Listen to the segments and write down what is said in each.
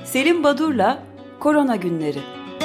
Selim Badur'la Korona Günleri.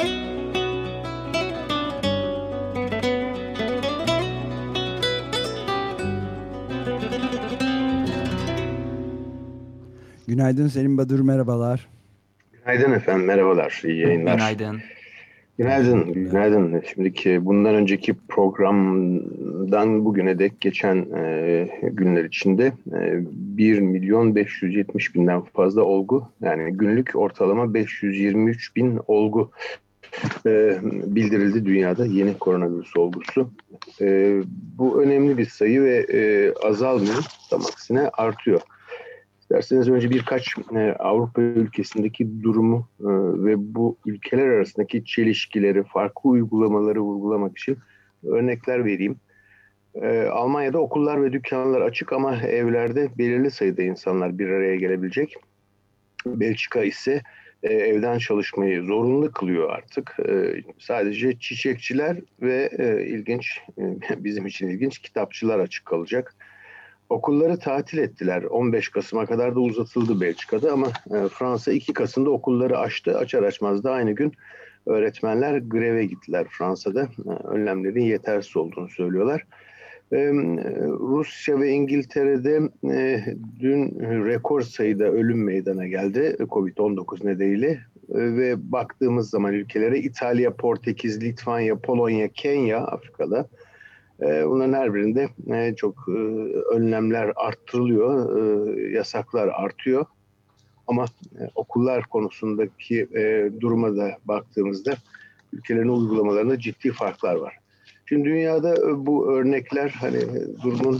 Günaydın Selim Badur, merhabalar. Günaydın efendim, merhabalar, iyi yayınlar. Günaydın. Günaydın. Şimdiki bundan önceki programdan bugüne dek geçen günler içinde 1.570.000'den fazla olgu, yani günlük ortalama 523.000 olgu bildirildi dünyada, yeni koronavirüs olgusu. Bu önemli bir sayı ve azalmıyor, tam aksine artıyor. İsterseniz önce birkaç Avrupa ülkesindeki durumu ve bu ülkeler arasındaki çelişkileri, farklı uygulamaları vurgulamak için örnekler vereyim. Almanya'da okullar ve dükkanlar açık ama evlerde belirli sayıda insanlar bir araya gelebilecek. Belçika ise evden çalışmayı zorunlu kılıyor artık. Sadece çiçekçiler ve bizim için ilginç kitapçılar açık kalacak. Okulları tatil ettiler. 15 Kasım'a kadar da uzatıldı Belçika'da ama Fransa 2 Kasım'da okulları açtı. Açar açmaz da aynı gün öğretmenler greve gittiler Fransa'da. Önlemlerin yetersiz olduğunu söylüyorlar. Rusya ve İngiltere'de dün rekor sayıda ölüm meydana geldi Covid-19 nedeniyle. Ve baktığımız zaman ülkelere İtalya, Portekiz, Litvanya, Polonya, Kenya, Afrika'da bunların her birinde çok önlemler arttırılıyor, yasaklar artıyor. Ama okullar konusundaki duruma da baktığımızda ülkelerin uygulamalarında ciddi farklar var. Şimdi dünyada bu örnekler hani durumun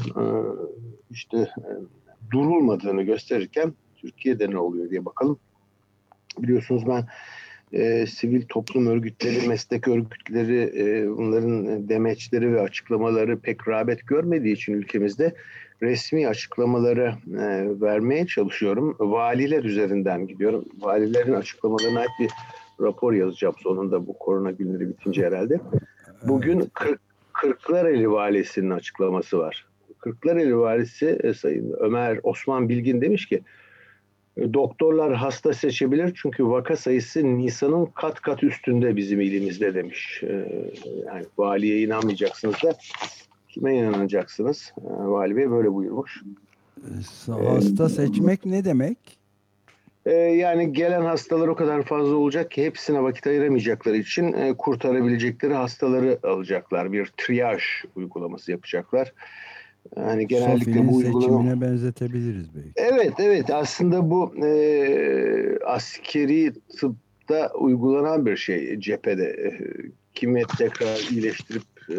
durulmadığını gösterirken Türkiye'de ne oluyor diye bakalım. Biliyorsunuz ben sivil toplum örgütleri, meslek örgütleri, bunların demeçleri ve açıklamaları pek rağbet görmediği için ülkemizde resmi açıklamaları vermeye çalışıyorum. Valiler üzerinden gidiyorum. Valilerin açıklamalarına ait bir rapor yazacağım sonunda, bu korona günleri bitince herhalde. Bugün Kırklareli Valisi'nin açıklaması var. Kırklareli Valisi Sayın Ömer Osman Bilgin demiş ki, doktorlar hasta seçebilir çünkü vaka sayısı Nisan'ın kat kat üstünde bizim ilimizde demiş. Yani valiye inanmayacaksınız da kime inanacaksınız? Vali Bey böyle buyurmuş. Hasta seçmek ne demek? Yani gelen hastalar o kadar fazla olacak ki hepsine vakit ayıramayacakları için kurtarabilecekleri hastaları alacaklar. Bir triyaj uygulaması yapacaklar. Yani genellikle bu seçimine benzetebiliriz belki. Evet, aslında bu askeri tıpta uygulanan bir şey cephede. Kimi tekrar iyileştirip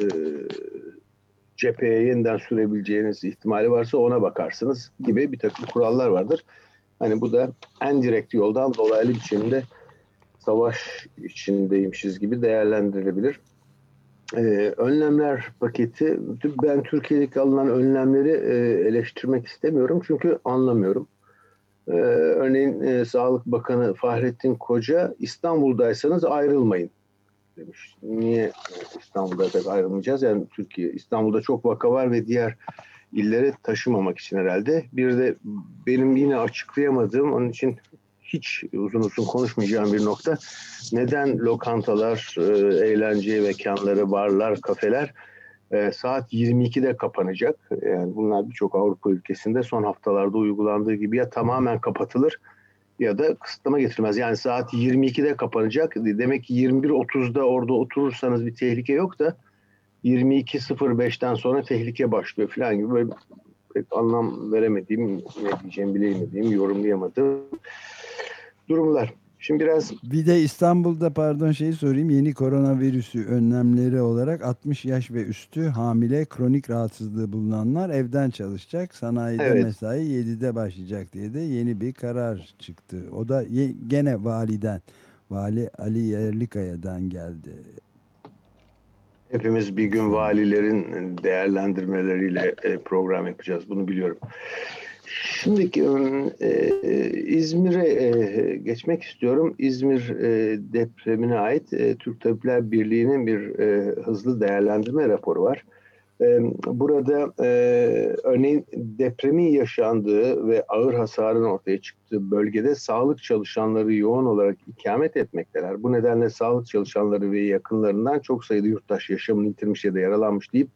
cepheye yeniden sürebileceğiniz ihtimali varsa ona bakarsınız gibi bir takım kurallar vardır. Hani bu da en direkt yoldan dolaylı biçimde savaş içindeymişiz gibi değerlendirilebilir. Önlemler paketi, ben Türkiye'deki alınan önlemleri eleştirmek istemiyorum çünkü anlamıyorum. Örneğin Sağlık Bakanı Fahrettin Koca, İstanbul'daysanız ayrılmayın demiş. Niye İstanbul'da ayrılmayacağız? Yani Türkiye, İstanbul'da çok vaka var ve diğer illere taşımamak için herhalde. Bir de benim yine açıklayamadığım, onun için hiç uzun konuşmayacağım bir nokta. Neden lokantalar, eğlence mekanları, barlar, kafeler saat 22'de kapanacak? Yani bunlar birçok Avrupa ülkesinde son haftalarda uygulandığı gibi ya tamamen kapatılır ya da kısıtlama getirilmez. Yani saat 22'de kapanacak. Demek ki 21.30'da orada oturursanız bir tehlike yok da 22.05'ten sonra tehlike başlıyor falan gibi, böyle pek anlam veremediğim, ne diyeceğimi bilemediğim, yorumlayamadığım durumlar. Şimdi bir de İstanbul'da sorayım, yeni koronavirüsü önlemleri olarak 60 yaş ve üstü hamile, kronik rahatsızlığı bulunanlar evden çalışacak. Sanayide mesai 7'de başlayacak diye de yeni bir karar çıktı. O da gene Vali Ali Yerlikaya'dan geldi. Hepimiz bir gün valilerin değerlendirmeleriyle program yapacağız. Bunu biliyorum. Şimdi İzmir'e geçmek istiyorum. İzmir depremine ait Türk Tabipler Birliği'nin bir hızlı değerlendirme raporu var. Burada örneğin depremin yaşandığı ve ağır hasarın ortaya çıktığı bölgede sağlık çalışanları yoğun olarak ikamet etmekteler. Bu nedenle sağlık çalışanları ve yakınlarından çok sayıda yurttaş yaşamını yitirmiş ya da yaralanmış deyip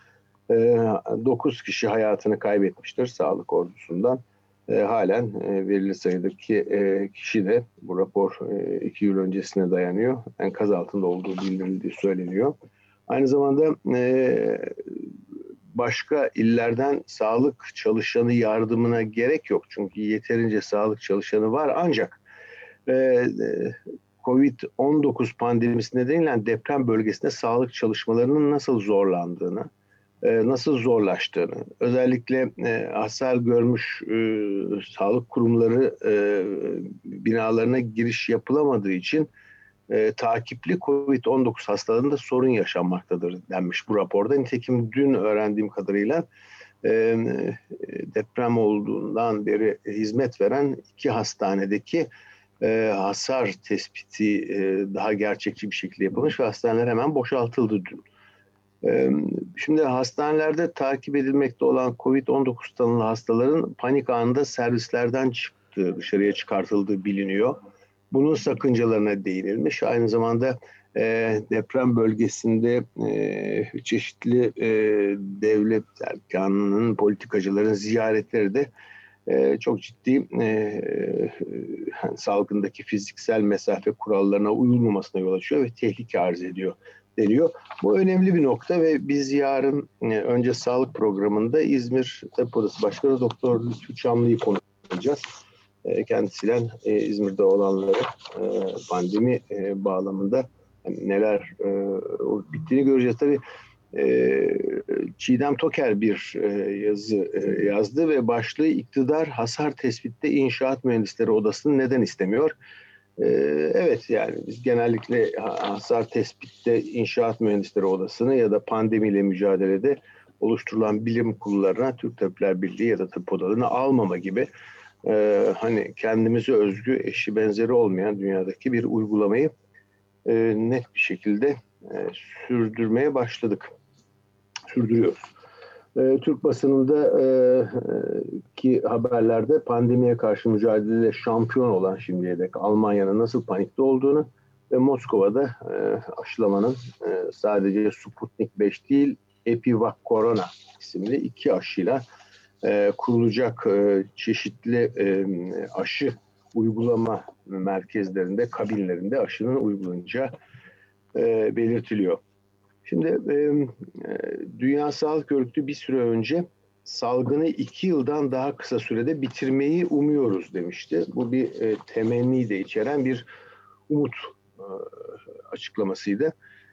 9 kişi hayatını kaybetmiştir sağlık ordusundan. Halen belirli sayıdaki kişi de, bu rapor 2 yıl öncesine dayanıyor, enkaz altında olduğu bildirildiği söyleniyor. Aynı zamanda başka illerden sağlık çalışanı yardımına gerek yok. Çünkü yeterince sağlık çalışanı var. Ancak Covid-19 pandemisi nedeniyle deprem bölgesinde sağlık çalışmalarının nasıl zorlandığını, nasıl zorlaştığını, özellikle hasar görmüş sağlık kurumları binalarına giriş yapılamadığı için takipli Covid-19 hastalarında sorun yaşanmaktadır denmiş bu raporda. Nitekim dün öğrendiğim kadarıyla deprem olduğundan beri hizmet veren 2 hastanedeki hasar tespiti daha gerçekçi bir şekilde yapılmış ve hastaneler hemen boşaltıldı dün. Şimdi hastanelerde takip edilmekte olan Covid-19 tanılı hastaların panik anında servislerden çıktığı, dışarıya çıkartıldığı biliniyor. Bunun sakıncalarına değinilmiş. Aynı zamanda deprem bölgesinde çeşitli devlet erkanının, politikacıların ziyaretleri de çok ciddi salgındaki fiziksel mesafe kurallarına uyulmamasına yol açıyor ve tehlike arz ediyor deniyor. Bu önemli bir nokta ve biz yarın önce sağlık programında İzmir Tabip Odası Başkanı Doktor Lütfü Çamlı'yı konuşacağız. Kendisiyle İzmir'de olanları pandemi bağlamında neler bittiğini göreceğiz. Tabii Çiğdem Toker bir yazı yazdı ve başlığı "İktidar hasar tespitte İnşaat Mühendisleri Odası'nı neden istemiyor?" Evet, yani biz genellikle hasar tespitte İnşaat Mühendisleri Odası'nı ya da pandemiyle mücadelede oluşturulan bilim kurullarına, Türk Tabipler Birliği ya da tıp odalarını almama gibi hani kendimize özgü, eşi benzeri olmayan dünyadaki bir uygulamayı net bir şekilde sürdürmeye başladık. Sürdürüyoruz. Türk basınında ki haberlerde pandemiye karşı mücadelede şampiyon olan şimdiye dek Almanya'nın nasıl panikte olduğunu ve Moskova'da aşılamanın sadece Sputnik 5 değil, Epivac Corona isimli 2 aşıyla kurulacak çeşitli aşı uygulama merkezlerinde, kabinlerinde aşının uygulanacağı belirtiliyor. Şimdi Dünya Sağlık Örgütü bir süre önce salgını 2 yıldan daha kısa sürede bitirmeyi umuyoruz demişti. Bu bir temenni de içeren bir umut açıklamasıydı.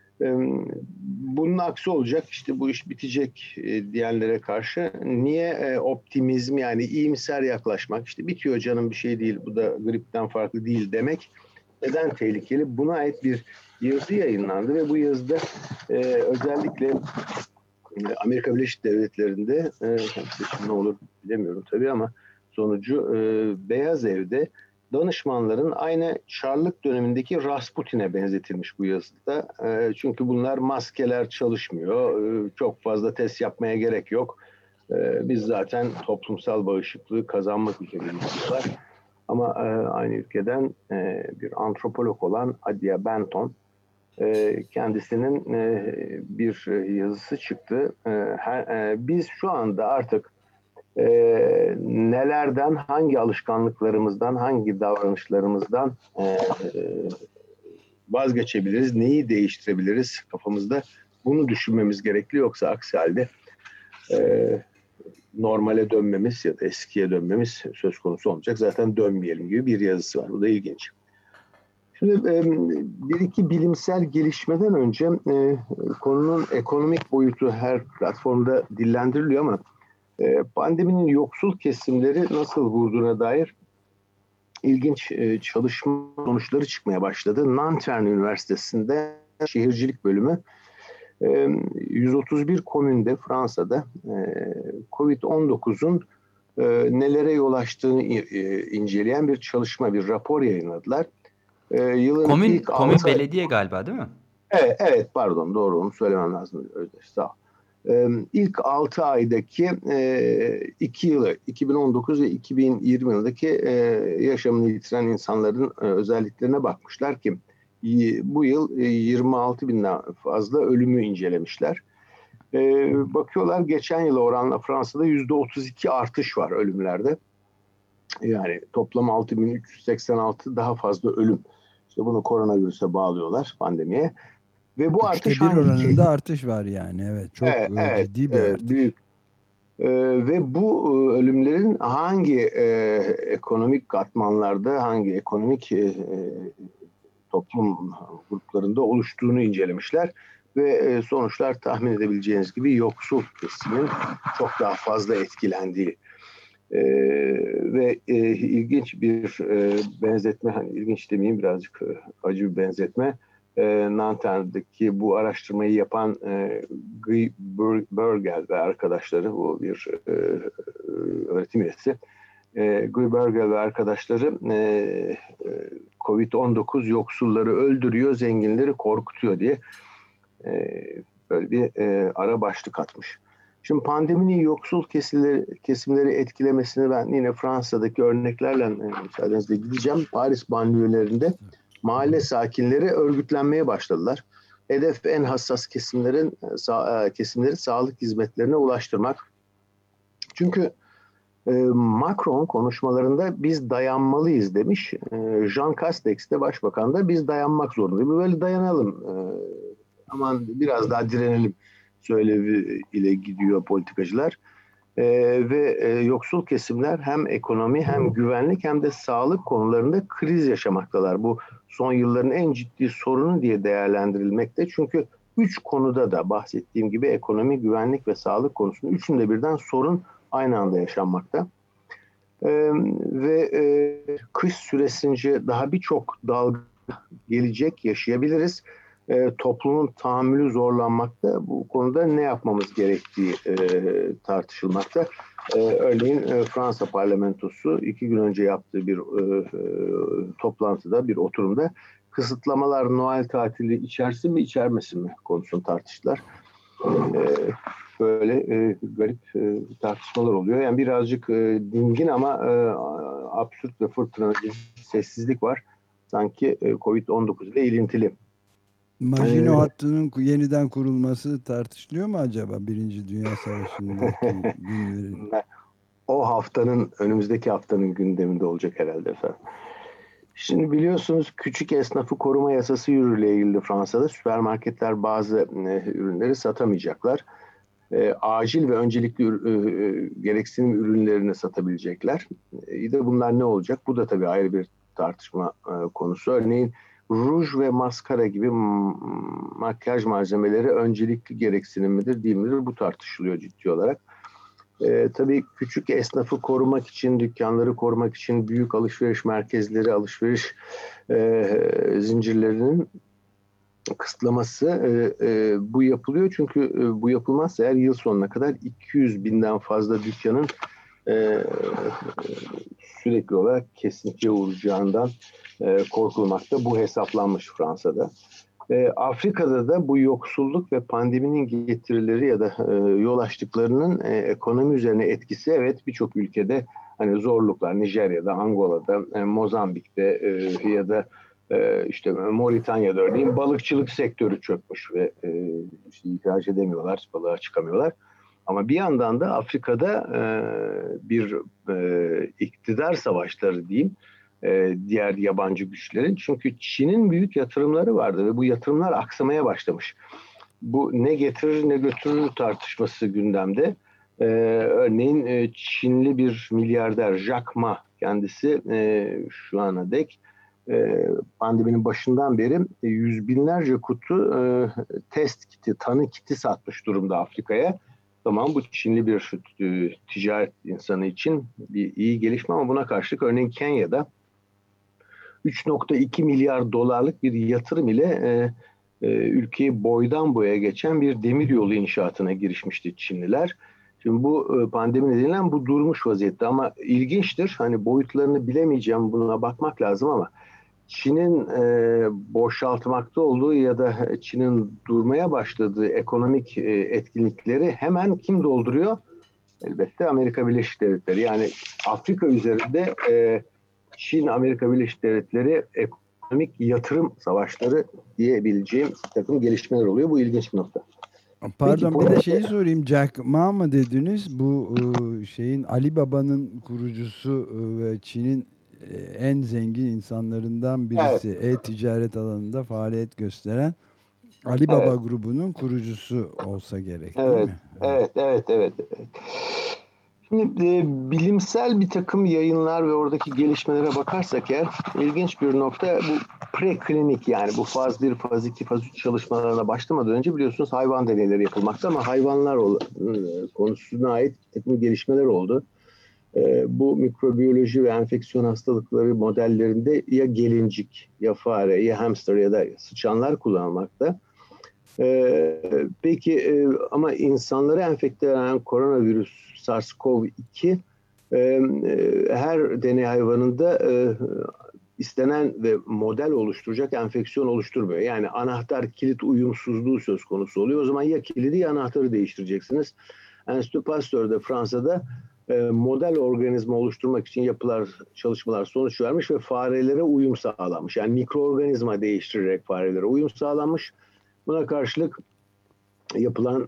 Bunun aksi olacak, işte bu iş bitecek diyenlere karşı niye optimizm, yani iyimser yaklaşmak, işte bitiyor canım bir şey değil, bu da gripten farklı değil demek neden tehlikeli? Buna ait bir yazı yayınlandı ve bu yazıda özellikle Amerika Birleşik Devletleri'nde seçim ne olur bilemiyorum tabii ama sonucu Beyaz Ev'de danışmanların aynı Çarlık dönemindeki Rasputin'e benzetilmiş bu yazıda. Çünkü bunlar maskeler çalışmıyor, çok fazla test yapmaya gerek yok. Biz zaten toplumsal bağışıklığı kazanmak üzere diyorlar. Ama aynı ülkeden bir antropolog olan Adia Benton, kendisinin bir yazısı çıktı. Biz şu anda artık nelerden, hangi alışkanlıklarımızdan, hangi davranışlarımızdan vazgeçebiliriz, neyi değiştirebiliriz kafamızda, bunu düşünmemiz gerekli. Yoksa aksi halde normale dönmemiz ya da eskiye dönmemiz söz konusu olmayacak. Zaten dönmeyelim gibi bir yazısı var. Bu da ilginç. Şimdi bir iki bilimsel gelişmeden önce konunun ekonomik boyutu her platformda dillendiriliyor ama pandeminin yoksul kesimleri nasıl vurduğuna dair ilginç çalışma sonuçları çıkmaya başladı. Nanterre Üniversitesi'nde şehircilik bölümü 131 komünde Fransa'da Covid-19'un nelere yol açtığını inceleyen bir çalışma, bir rapor yayınladılar. Yılın komün belediye galiba değil mi? Evet, pardon, doğru, onu söylemem lazım. Sağ ol. İlk 6 aydaki 2 yılı 2019 ve 2020 yılındaki yaşamını yitiren insanların özelliklerine bakmışlar ki bu yıl 26 binden fazla ölümü incelemişler. Bakıyorlar geçen yıla oranla Fransa'da %32 artış var ölümlerde. Yani toplam 6.386 daha fazla ölüm. İşte bunu koronavirüse bağlıyorlar, pandemiye. Ve bu artış bir oranında artış var yani. Evet, çok ciddi bir artış. Büyük. Ve bu ölümlerin hangi ekonomik katmanlarda, hangi ekonomik toplum gruplarında oluştuğunu incelemişler. Ve sonuçlar tahmin edebileceğiniz gibi yoksul kesimin çok daha fazla etkilendiği. Ve ilginç bir benzetme, hani ilginç demeyeyim, birazcık acı bir benzetme. Nanter'deki bu araştırmayı yapan Guy Burgel ve arkadaşları, bu bir öğretim üyesi. Guy Burgel ve arkadaşları Covid-19 yoksulları öldürüyor, zenginleri korkutuyor diye böyle bir ara başlık atmış. Şimdi pandeminin yoksul kesimleri etkilemesini ben yine Fransa'daki örneklerle müsaadenizle gideceğim. Paris banliyölerinde mahalle sakinleri örgütlenmeye başladılar. Hedef en hassas kesimleri sağlık hizmetlerine ulaştırmak. Çünkü Macron konuşmalarında biz dayanmalıyız demiş. Jean Castex de başbakan da biz dayanmak zorundayız. Böyle dayanalım. Aman biraz daha direnelim söylevi ile gidiyor politikacılar. Ve yoksul kesimler hem ekonomi hem güvenlik hem de sağlık konularında kriz yaşamaktalar. Bu son yılların en ciddi sorunu diye değerlendirilmekte. Çünkü 3 konuda da bahsettiğim gibi ekonomi, güvenlik ve sağlık konusunda üçünde birden sorun aynı anda yaşanmakta. Ve kış süresince daha birçok dalga gelecek, yaşayabiliriz. Toplumun tahammülü zorlanmakta. Bu konuda ne yapmamız gerektiği tartışılmakta. Örneğin Fransa parlamentosu 2 gün önce yaptığı bir toplantıda, bir oturumda kısıtlamalar Noel tatili içersin mi içermesin mi konusunu tartıştılar. Böyle garip tartışmalar oluyor. Yani birazcık dingin ama absürt ve fırtınalı bir sessizlik var. Sanki Covid-19 ile ilintili. Maginot hattının yeniden kurulması tartışılıyor mu acaba Birinci Dünya Savaşı'ndaki günleri? O önümüzdeki haftanın gündeminde olacak herhalde efendim. Şimdi biliyorsunuz küçük esnafı koruma yasası yürürlüğe girdi Fransa'da. Süpermarketler bazı ürünleri satamayacaklar. Acil ve öncelikli gereksinim ürünlerini satabilecekler. De bunlar ne olacak? Bu da tabii ayrı bir tartışma konusu. Örneğin ruj ve maskara gibi makyaj malzemeleri öncelikli gereksinim midir değil midir? Bu tartışılıyor ciddi olarak. Tabii küçük esnafı korumak için, dükkanları korumak için büyük alışveriş merkezleri, alışveriş zincirlerinin kısıtlaması bu yapılıyor. Çünkü bu yapılmazsa eğer yıl sonuna kadar 200 binden fazla dükkanın sürekli olarak kesintiye uğrayacağından korkulmakta. Bu hesaplanmış Fransa'da. Afrika'da da bu yoksulluk ve pandeminin getirileri ya da yol açtıklarının ekonomi üzerine etkisi, evet, birçok ülkede hani zorluklar, Nijerya'da, Angola'da, Mozambik'te ya da işte Moritanya'da örneğin balıkçılık sektörü çökmüş ve işte ihraç edemiyorlar, balığa çıkamıyorlar. Ama bir yandan da Afrika'da bir iktidar savaşları diyeyim, diğer yabancı güçlerin. Çünkü Çin'in büyük yatırımları vardı ve bu yatırımlar aksamaya başlamış. Bu ne getirir ne götürür tartışması gündemde. Örneğin Çinli bir milyarder Jack Ma, kendisi şu ana dek pandeminin başından beri yüz binlerce kutu test kiti, tanı kiti satmış durumda Afrika'ya. Tamam, bu Çinli bir ticaret insanı için bir iyi gelişme ama buna karşılık örneğin Kenya'da 3.2 milyar dolarlık bir yatırım ile ülkeyi boydan boya geçen bir demiryolu inşaatına girişmişti Çinliler. Şimdi bu pandemi nedeniyle bu durmuş vaziyette ama ilginçtir. Hani boyutlarını bilemeyeceğim, buna bakmak lazım ama Çin'in boşaltmakta olduğu ya da Çin'in durmaya başladığı ekonomik etkinlikleri hemen kim dolduruyor? Elbette Amerika Birleşik Devletleri. Yani Afrika üzerinde Çin, Amerika Birleşik Devletleri ekonomik yatırım savaşları diyebileceğim bir takım gelişmeler oluyor. Bu ilginç bir nokta. Pardon, bir de şeyi sorayım. Jack Ma mı dediniz? Bu şeyin Alibaba'nın kurucusu ve Çin'in en zengin insanlarından birisi. Evet. E-ticaret alanında faaliyet gösteren Alibaba grubunun kurucusu olsa gerek, değil mi? Evet. Şimdi bilimsel bir takım yayınlar ve oradaki gelişmelere bakarsak eğer ilginç bir nokta bu preklinik, yani bu faz 1, faz 2, faz 3 çalışmalarına başlamadan önce biliyorsunuz hayvan deneyleri yapılmakta ama hayvanlar konusuna ait bir takım gelişmeler oldu. Bu mikrobiyoloji ve enfeksiyon hastalıkları modellerinde ya gelincik, ya fare, ya hamster ya da sıçanlar kullanılmakta. Peki ama insanları enfekte eden koronavirüs SARS-CoV-2 her deney hayvanında istenen ve model oluşturacak enfeksiyon oluşturmuyor. Yani anahtar kilit uyumsuzluğu söz konusu oluyor. O zaman ya kilidi ya anahtarı değiştireceksiniz. Enstitü Pasteur'de Fransa'da model organizma oluşturmak için çalışmalar sonuç vermiş ve farelere uyum sağlanmış. Yani mikroorganizma değiştirerek farelere uyum sağlanmış. Buna karşılık yapılan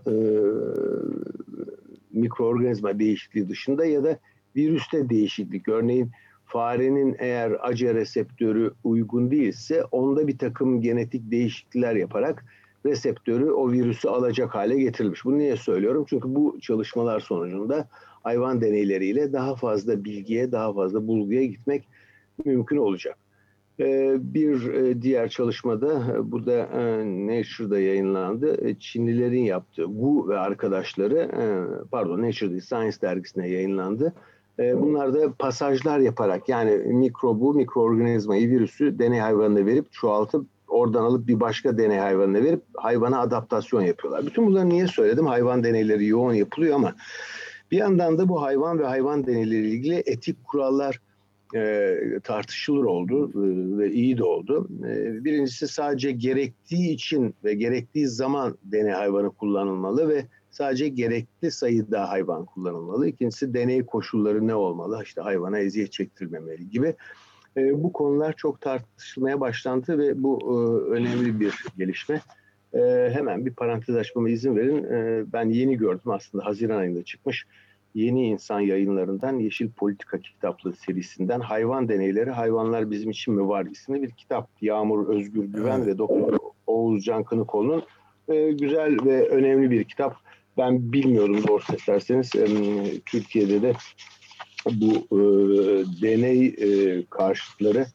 mikroorganizma değişikliği dışında ya da virüste değişiklik. Örneğin farenin eğer ACE reseptörü uygun değilse onda bir takım genetik değişiklikler yaparak reseptörü o virüsü alacak hale getirilmiş. Bunu niye söylüyorum? Çünkü bu çalışmalar sonucunda hayvan deneyleriyle daha fazla bilgiye, daha fazla bulguya gitmek mümkün olacak. Bir diğer çalışmada, bu da Nature'da yayınlandı. Çinlilerin yaptığı, Gu ve arkadaşları, Nature değil, Science dergisine yayınlandı. Bunlar da pasajlar yaparak, yani mikroorganizmayı, virüsü deney hayvanına verip çoğaltıp oradan alıp bir başka deney hayvanına verip hayvana adaptasyon yapıyorlar. Bütün bunları niye söyledim? Hayvan deneyleri yoğun yapılıyor ama bir yandan da bu hayvan ve hayvan deneyleri ilgili etik kurallar tartışılır oldu ve iyi de oldu. Birincisi, sadece gerektiği için ve gerektiği zaman deney hayvanı kullanılmalı ve sadece gerekli sayıda hayvan kullanılmalı. İkincisi, deney koşulları ne olmalı? İşte hayvana eziyet çektirilmemeli gibi. Bu konular çok tartışılmaya başlandı ve bu önemli bir gelişme. Hemen bir parantez açmama izin verin. Ben yeni gördüm, aslında Haziran ayında çıkmış. Yeni İnsan Yayınlarından Yeşil Politika kitaplığı serisinden Hayvan Deneyleri, Hayvanlar Bizim İçin Mi Var isimli bir kitap. Yağmur Özgür Güven ve Doktor Oğuzcan Kınıkoğlu'nun güzel ve önemli bir kitap. Ben bilmiyorum, doğrusu isterseniz Türkiye'de de bu deney karşıtları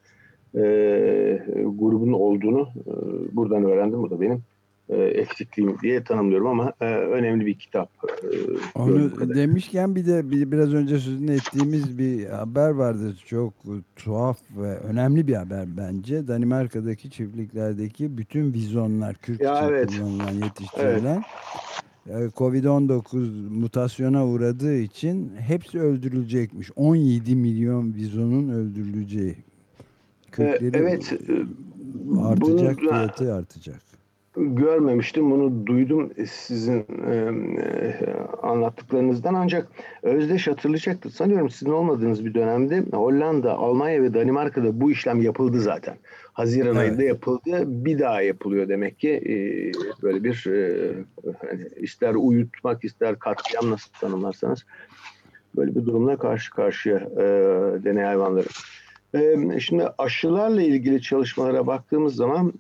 grubun olduğunu buradan öğrendim. Bu da benim eksikliğim diye tanımlıyorum ama önemli bir kitap. Onu demişken bir de biraz önce sözünü ettiğimiz bir haber vardı. Çok tuhaf ve önemli bir haber bence. Danimarka'daki çiftliklerdeki bütün vizonlar, kürk için kullanılan, yetiştirilen Covid-19 mutasyona uğradığı için hepsi öldürülecekmiş. 17 milyon vizonun öldürüleceği. Kürkleri artacak, fiyatı artacak. Görmemiştim, bunu duydum sizin anlattıklarınızdan, ancak Özdeş hatırlayacaktır. Sanıyorum sizin olmadığınız bir dönemde Hollanda, Almanya ve Danimarka'da bu işlem yapıldı zaten. Haziran ayında yapıldı. Bir daha yapılıyor demek ki. Böyle bir ister uyutmak, ister katliam, nasıl tanımlarsanız, böyle bir durumla karşı karşıya deney hayvanları. Şimdi aşılarla ilgili çalışmalara baktığımız zaman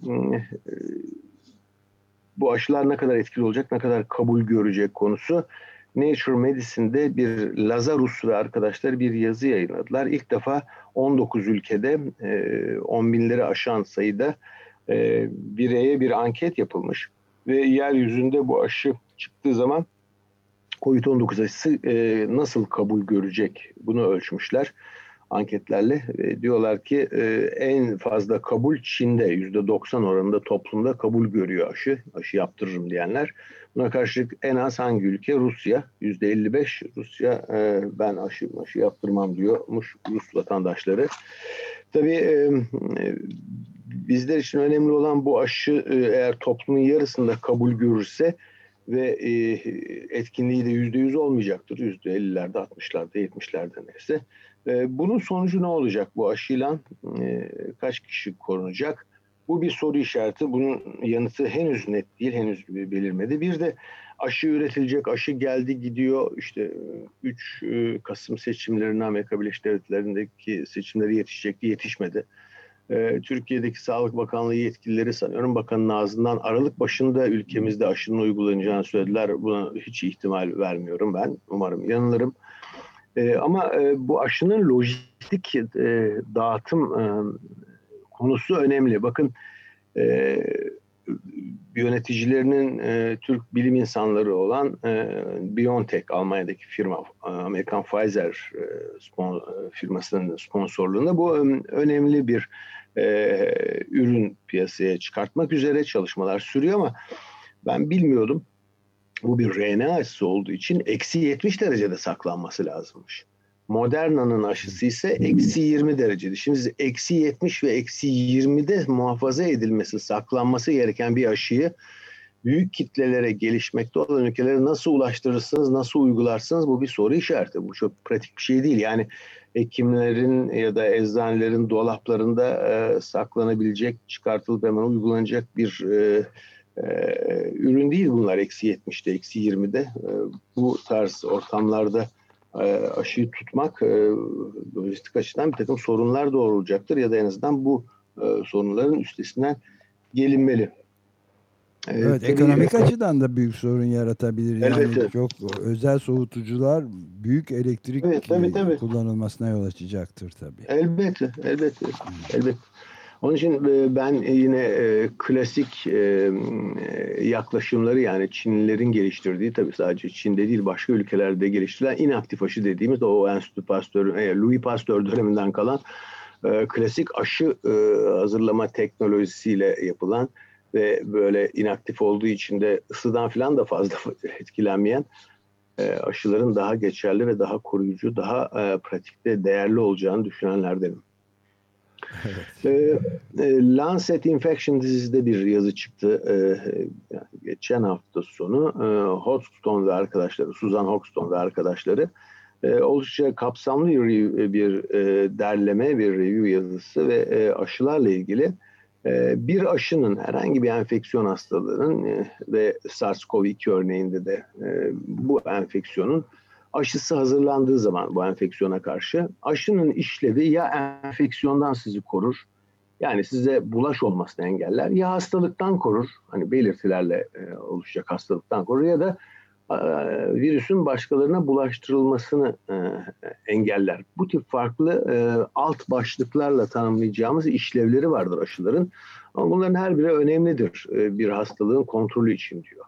bu aşılar ne kadar etkili olacak, ne kadar kabul görecek konusu. Nature Medicine'de bir Lazarus ve arkadaşlar bir yazı yayınladılar. İlk defa 19 ülkede 10 binleri aşan sayıda bireye bir anket yapılmış. Ve yeryüzünde bu aşı çıktığı zaman COVID-19 aşısı nasıl kabul görecek, bunu ölçmüşler anketlerle. Diyorlar ki en fazla kabul Çin'de, %90 oranında toplumda kabul görüyor aşı. Aşı yaptırırım diyenler. Buna karşılık en az hangi ülke? Rusya. %55 Rusya ben aşı yaptırmam diyormuş Rus vatandaşları. Tabii bizler için önemli olan bu aşı eğer toplumun yarısında kabul görürse ve etkinliği de %100 olmayacaktır. %50'lerde, 60'larda, 70'lerde neyse. Bunun sonucu ne olacak bu aşıyla? Kaç kişi korunacak? Bu bir soru işareti. Bunun yanıtı henüz net değil, henüz belirmedi. Bir de aşı üretilecek, aşı geldi gidiyor. İşte 3 Kasım seçimlerine, Amerika Birleşik Devletleri'ndeki seçimleri yetişecekti, yetişmedi. Türkiye'deki Sağlık Bakanlığı yetkilileri sanıyorum bakanın ağzından Aralık başında ülkemizde aşının uygulanacağını söylediler. Buna hiç ihtimal vermiyorum ben. Umarım yanılırım. Ama bu aşının lojistik dağıtım konusu önemli. Bakın yöneticilerinin Türk bilim insanları olan BioNTech, Almanya'daki firma, Amerikan Pfizer firmasının sponsorluğunda bu önemli bir ürün piyasaya çıkartmak üzere çalışmalar sürüyor ama ben bilmiyordum. Bu bir RNA aşısı olduğu için eksi 70 derecede saklanması lazımmış. Moderna'nın aşısı ise eksi 20 derecede. Şimdi eksi 70 ve eksi 20'de muhafaza edilmesi, saklanması gereken bir aşıyı büyük kitlelere, gelişmekte olan ülkelere nasıl ulaştırırsınız, nasıl uygularsınız? Bu bir soru işareti. Bu çok pratik bir şey değil. Yani hekimlerin ya da eczanelerin dolaplarında saklanabilecek, çıkartılıp hemen uygulanacak bir ürün değil bunlar eksi 70'te, eksi 20'de. Bu tarz ortamlarda aşıyı tutmak lojistik açıdan bir takım sorunlar doğuracaktır ya da en azından bu sorunların üstesinden gelinmeli. Evet, ekonomik açıdan da büyük sorun yaratabilir. Yani elbette. çok özel soğutucular büyük elektrik tabii. kullanılmasına yol açacaktır tabii. Elbette. Onun için ben yine klasik yaklaşımları yani Çinlilerin geliştirdiği tabii sadece Çin'de değil başka ülkelerde geliştirilen inaktif aşı dediğimiz o Enstitü Pasteur, Louis Pasteur döneminden kalan klasik aşı hazırlama teknolojisiyle yapılan ve böyle inaktif olduğu için de ısıdan falan da fazla etkilenmeyen aşıların daha geçerli ve daha koruyucu, daha pratikte değerli olacağını düşünenlerdenim. Evet. Lancet Infection Disease'de bir yazı çıktı geçen hafta sonu. Hodgson ve arkadaşları, Susan Hodgson ve arkadaşları oldukça kapsamlı bir derleme, bir review yazısı ve aşılarla ilgili bir aşının herhangi bir enfeksiyon hastalığının ve SARS-CoV-2 örneğinde de bu enfeksiyonun aşısı hazırlandığı zaman bu enfeksiyona karşı aşının işlevi ya enfeksiyondan sizi korur, yani size bulaş olmasını engeller, ya hastalıktan korur, hani belirtilerle oluşacak hastalıktan korur ya da virüsün başkalarına bulaştırılmasını engeller. Bu tip farklı alt başlıklarla tanımlayacağımız işlevleri vardır aşıların. Ama bunların her biri önemlidir bir hastalığın kontrolü için diyor.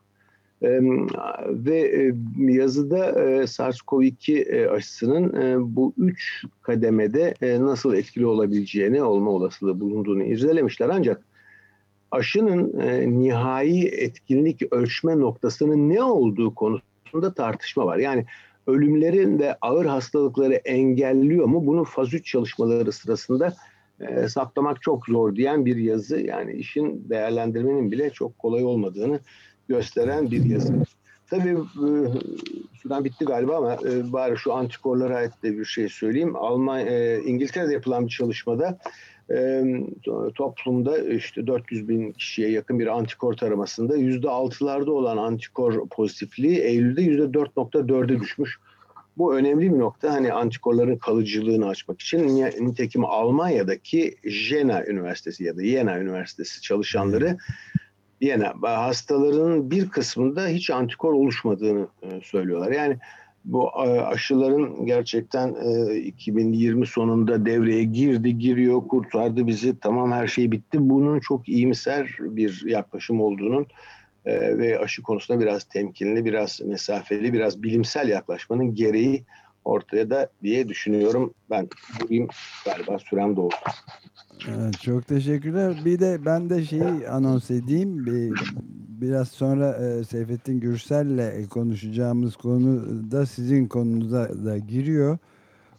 Ve yazıda SARS-CoV-2 aşısının bu 3 kademede nasıl etkili olabileceğini, olma olasılığı bulunduğunu irdelemişler. Ancak aşının nihai etkinlik ölçme noktasının ne olduğu konusunda tartışma var. Yani ölümlerin ve ağır hastalıkları engelliyor mu? Bunu faz 3 çalışmaları sırasında saptamak çok zor diyen bir yazı. Yani işin değerlendirmenin bile çok kolay olmadığını gösteren bir yazı. Tabii süren bitti galiba ama bari şu antikorlara ait de bir şey söyleyeyim. İngiltere'de yapılan bir çalışmada toplumda işte 400 bin kişiye yakın bir antikor taramasında %6'larda olan antikor pozitifliği Eylül'de %4.4'e düşmüş. Bu önemli bir nokta. Hani antikorların kalıcılığını açmak için nitekim Almanya'daki Jena Üniversitesi ya da Jena Üniversitesi çalışanları Yine hastaların bir kısmında hiç antikor oluşmadığını söylüyorlar. Yani bu aşıların gerçekten 2020 sonunda devreye giriyor, kurtardı bizi, tamam her şey bitti. Bunun çok iyimser bir yaklaşım olduğunun ve aşı konusunda biraz temkinli, biraz mesafeli, biraz bilimsel yaklaşmanın gereği ortaya da diye düşünüyorum. Ben durayım, galiba sürem doldu. Evet, çok teşekkürler. Bir de ben de şeyi anons edeyim. Biraz sonra Seyfettin Gürsel'le konuşacağımız konu da sizin konunuza da giriyor.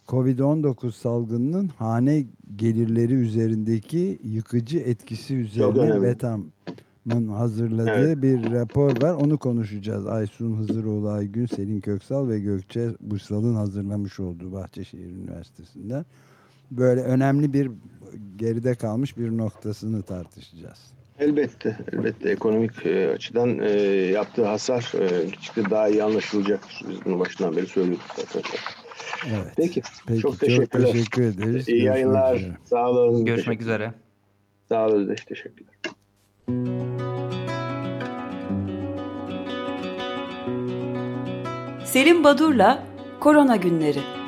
Covid-19 salgınının hane gelirleri üzerindeki yıkıcı etkisi üzerine Betam'ın hazırladığı bir rapor var. Onu konuşacağız. Aysun Hızıroğlu Aygün, Selin Köksal ve Gökçe Bursal'ın hazırlamış olduğu Bahçeşehir Üniversitesi'nden. Böyle önemli bir geride kalmış bir noktasını tartışacağız. Elbette ekonomik açıdan yaptığı hasar daha iyi anlaşılacaktır. Biz bunu başından beri söylüyorduk zaten. Evet. Peki çok çok teşekkür ederiz. İyi yayınlar. Sağ olun. Görüşmek üzere. Sağ olun. Teşekkürler. Selim Badur'la Korona Günleri.